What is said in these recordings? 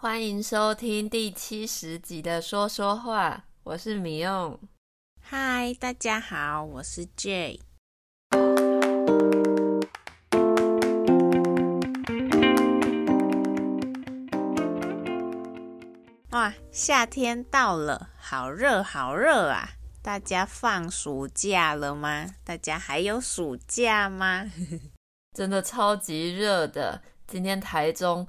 欢迎收听第70集的说说话，我是米用。 嗨，大家好，我是 J。哇，夏天到了，好热好热啊！大家放暑假了吗？大家还有暑假吗？ 真的超级热的，今天台中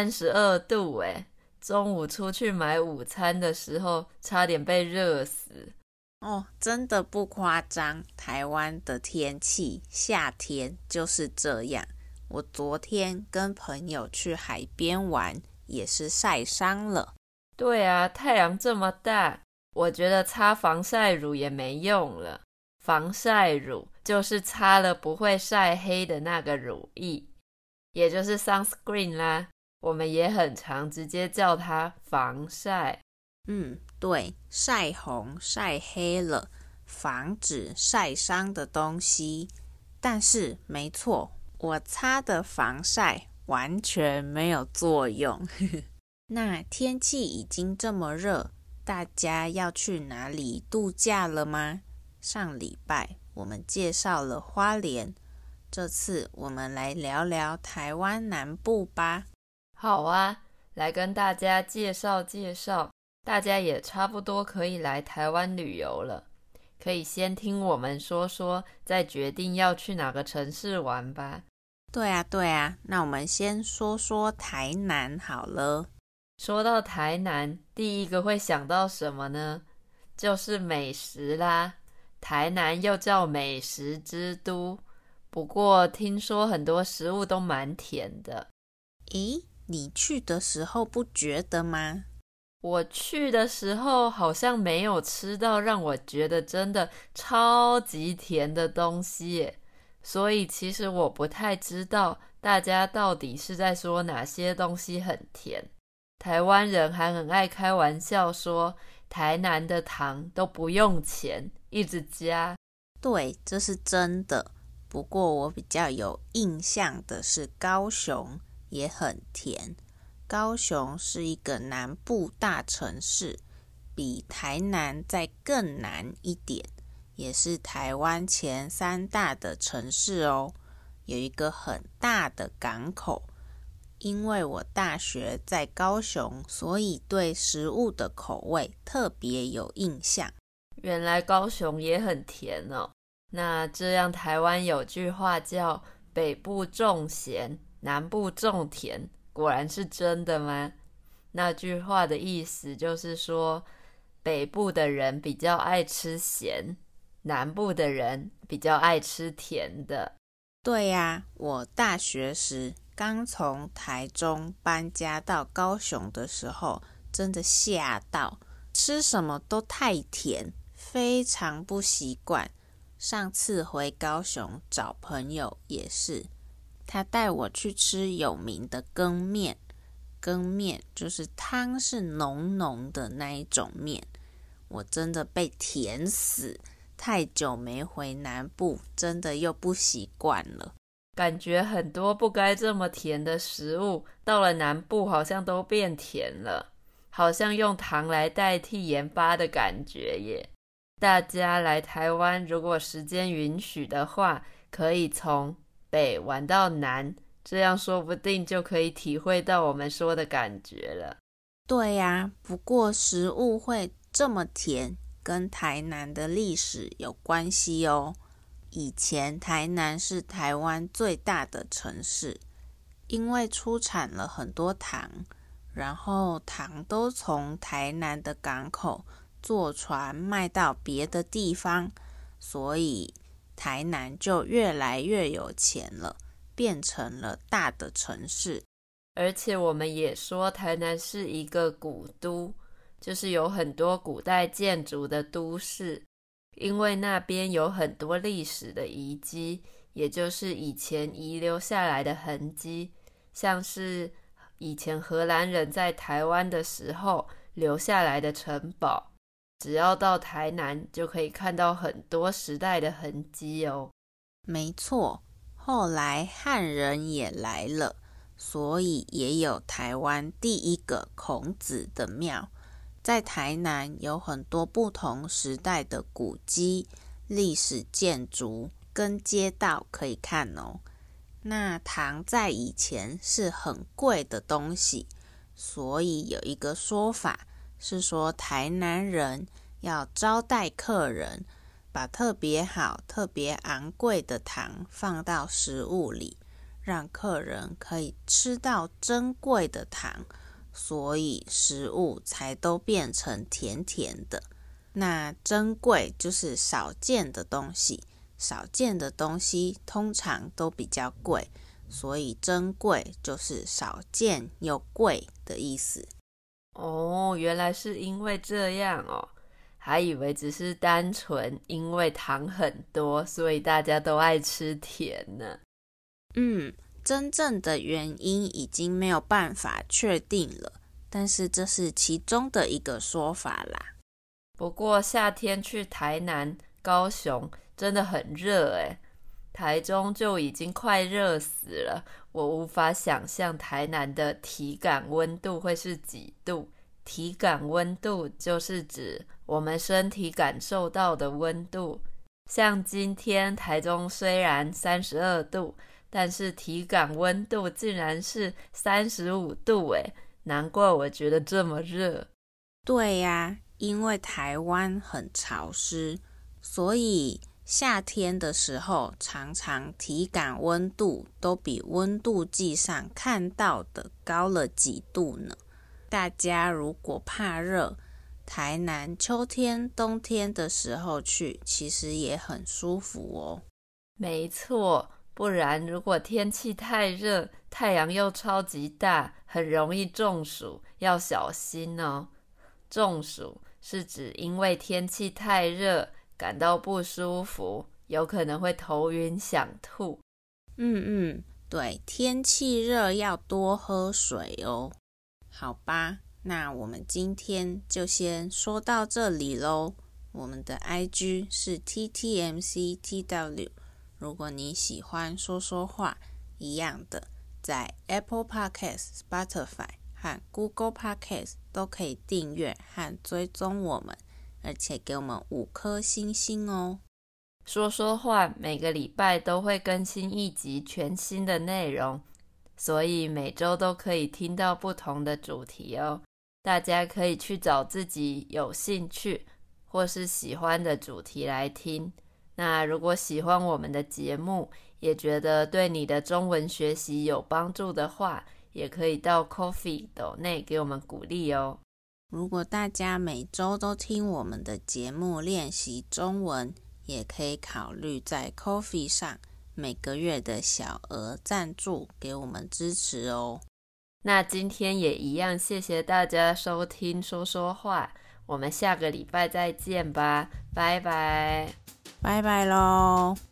32度耶，中午出去买午餐的时候差点被热死。 哦，真的不夸张，台湾的天气夏天就是这样。我昨天跟朋友去海边玩，也是晒伤了。 对啊，太阳这么大，我觉得擦防晒乳也没用了。防晒乳就是擦了不会晒黑的那个乳液，也就是 sunscreen 啦，我们也很常直接叫它防晒。 对，晒红晒黑了，防止晒伤的东西。但是没错，我擦的防晒完全没有作用。那天气已经这么热，大家要去哪里度假了吗？上礼拜我们介绍了花莲，这次我们来聊聊台湾南部吧。 好啊，来跟大家介绍介绍，大家也差不多可以来台湾旅游了。可以先听我们说说，再决定要去哪个城市玩吧。 对啊，那我们先说说台南好了。 说到台南，第一个会想到什么呢？就是美食啦。台南又叫美食之都，不过听说很多食物都蛮甜的。 咦，你去的时候不觉得吗？ 我去的时候好像没有吃到让我觉得真的超级甜的东西耶，所以其实我不太知道大家到底是在说哪些东西很甜。台湾人还很爱开玩笑说台南的糖都不用钱，一直加。 对，这是真的。不过我比较有印象的是高雄也很甜。高雄是一个南部大城市，比台南再更南一点，也是台湾前3大的城市哦。有一个很大的港口。因为我大学在高雄，所以对食物的口味特别有印象。 原来高雄也很甜哦。那这样台湾有句话叫北部重咸，南部重甜，果然是真的吗？那句话的意思就是说，北部的人比较爱吃咸，南部的人比较爱吃甜的。 对呀，我大学时刚从台中搬家到高雄的时候，真的吓到，吃什么都太甜，非常不习惯。上次回高雄找朋友也是，他带我去吃有名的羹面。羹面就是汤是浓浓的那一种面，我真的被甜死。太久没回南部，真的又不习惯了。 感觉很多不该这么甜的食物，到了南部好像都变甜了，好像用糖来代替盐巴的感觉耶。大家来台湾，如果时间允许的话，可以从北玩到南，这样说不定就可以体会到我们说的感觉了。 对呀，不过食物会这么甜，跟台南的历史有关系哦。以前台南是台湾最大的城市，因为出产了很多糖，然后糖都从台南的港口坐船卖到别的地方，所以台南就越来越有钱了，变成了大的城市。 而且我们也说台南是一个古都，就是有很多古代建筑的都市，因为那边有很多历史的遗迹，也就是以前遗留下来的痕迹，像是以前荷兰人在台湾的时候留下来的城堡，只要到台南就可以看到很多时代的痕迹哦。 没错，后来汉人也来了， 所以也有台湾第一个孔子的庙。在台南有很多不同时代的古迹、历史建筑跟街道可以看哦。那糖在以前是很贵的东西，所以有一个说法是说台南人要招待客人，把特别好、特别昂贵的糖放到食物里，让客人可以吃到珍贵的糖，所以食物才都变成甜甜的。那珍贵就是少见的东西，少见的东西通常都比较贵，所以珍贵就是少见又贵的意思。 哦，原来是因为这样哦，还以为只是单纯因为糖很多，所以大家都爱吃甜呢。 真正的原因已经没有办法确定了，但是这是其中的一个说法啦。 不过夏天去台南、高雄真的很热耶，台中就已经快热死了，我无法想象台南的体感温度会是几度。体感温度就是指我们身体感受到的温度，像今天台中虽然32度，但是体感温度竟然是35度耶，难怪我觉得这么热。 对呀，因为台湾很潮湿，所以夏天的时候常常体感温度都比温度计上看到的高了几度呢。大家如果怕热，台南秋天、冬天的时候去，其实也很舒服哦。 没错，不然如果天气太热，太阳又超级大，很容易中暑，要小心哦。中暑是指因为天气太热，感到不舒服，有可能会头晕想吐。 对，天气热要多喝水哦。好吧，那我们今天就先说到这里咯。我们的 IG 是 TTMCTW， 如果你喜欢说说话一样的，在 Apple Podcast、Spotify 和 Google Podcast 都可以订阅和追踪我们，而且给我们5颗星星哦。 说说话每个礼拜都会更新一集全新的内容，所以每周都可以听到不同的主题哦。大家可以去找自己有兴趣或是喜欢的主题来听。那如果喜欢我们的节目，也觉得对你的中文学习有帮助的话，也可以到 Ko-fi 斗内给我们鼓励哦。 如果大家每周都听我们的节目练习中文，也可以考虑在 Ko-fi 上每个月的小额赞助给我们支持哦。 那今天也一样，谢谢大家收听说说话，我们下个礼拜再见吧，拜拜， 拜拜咯。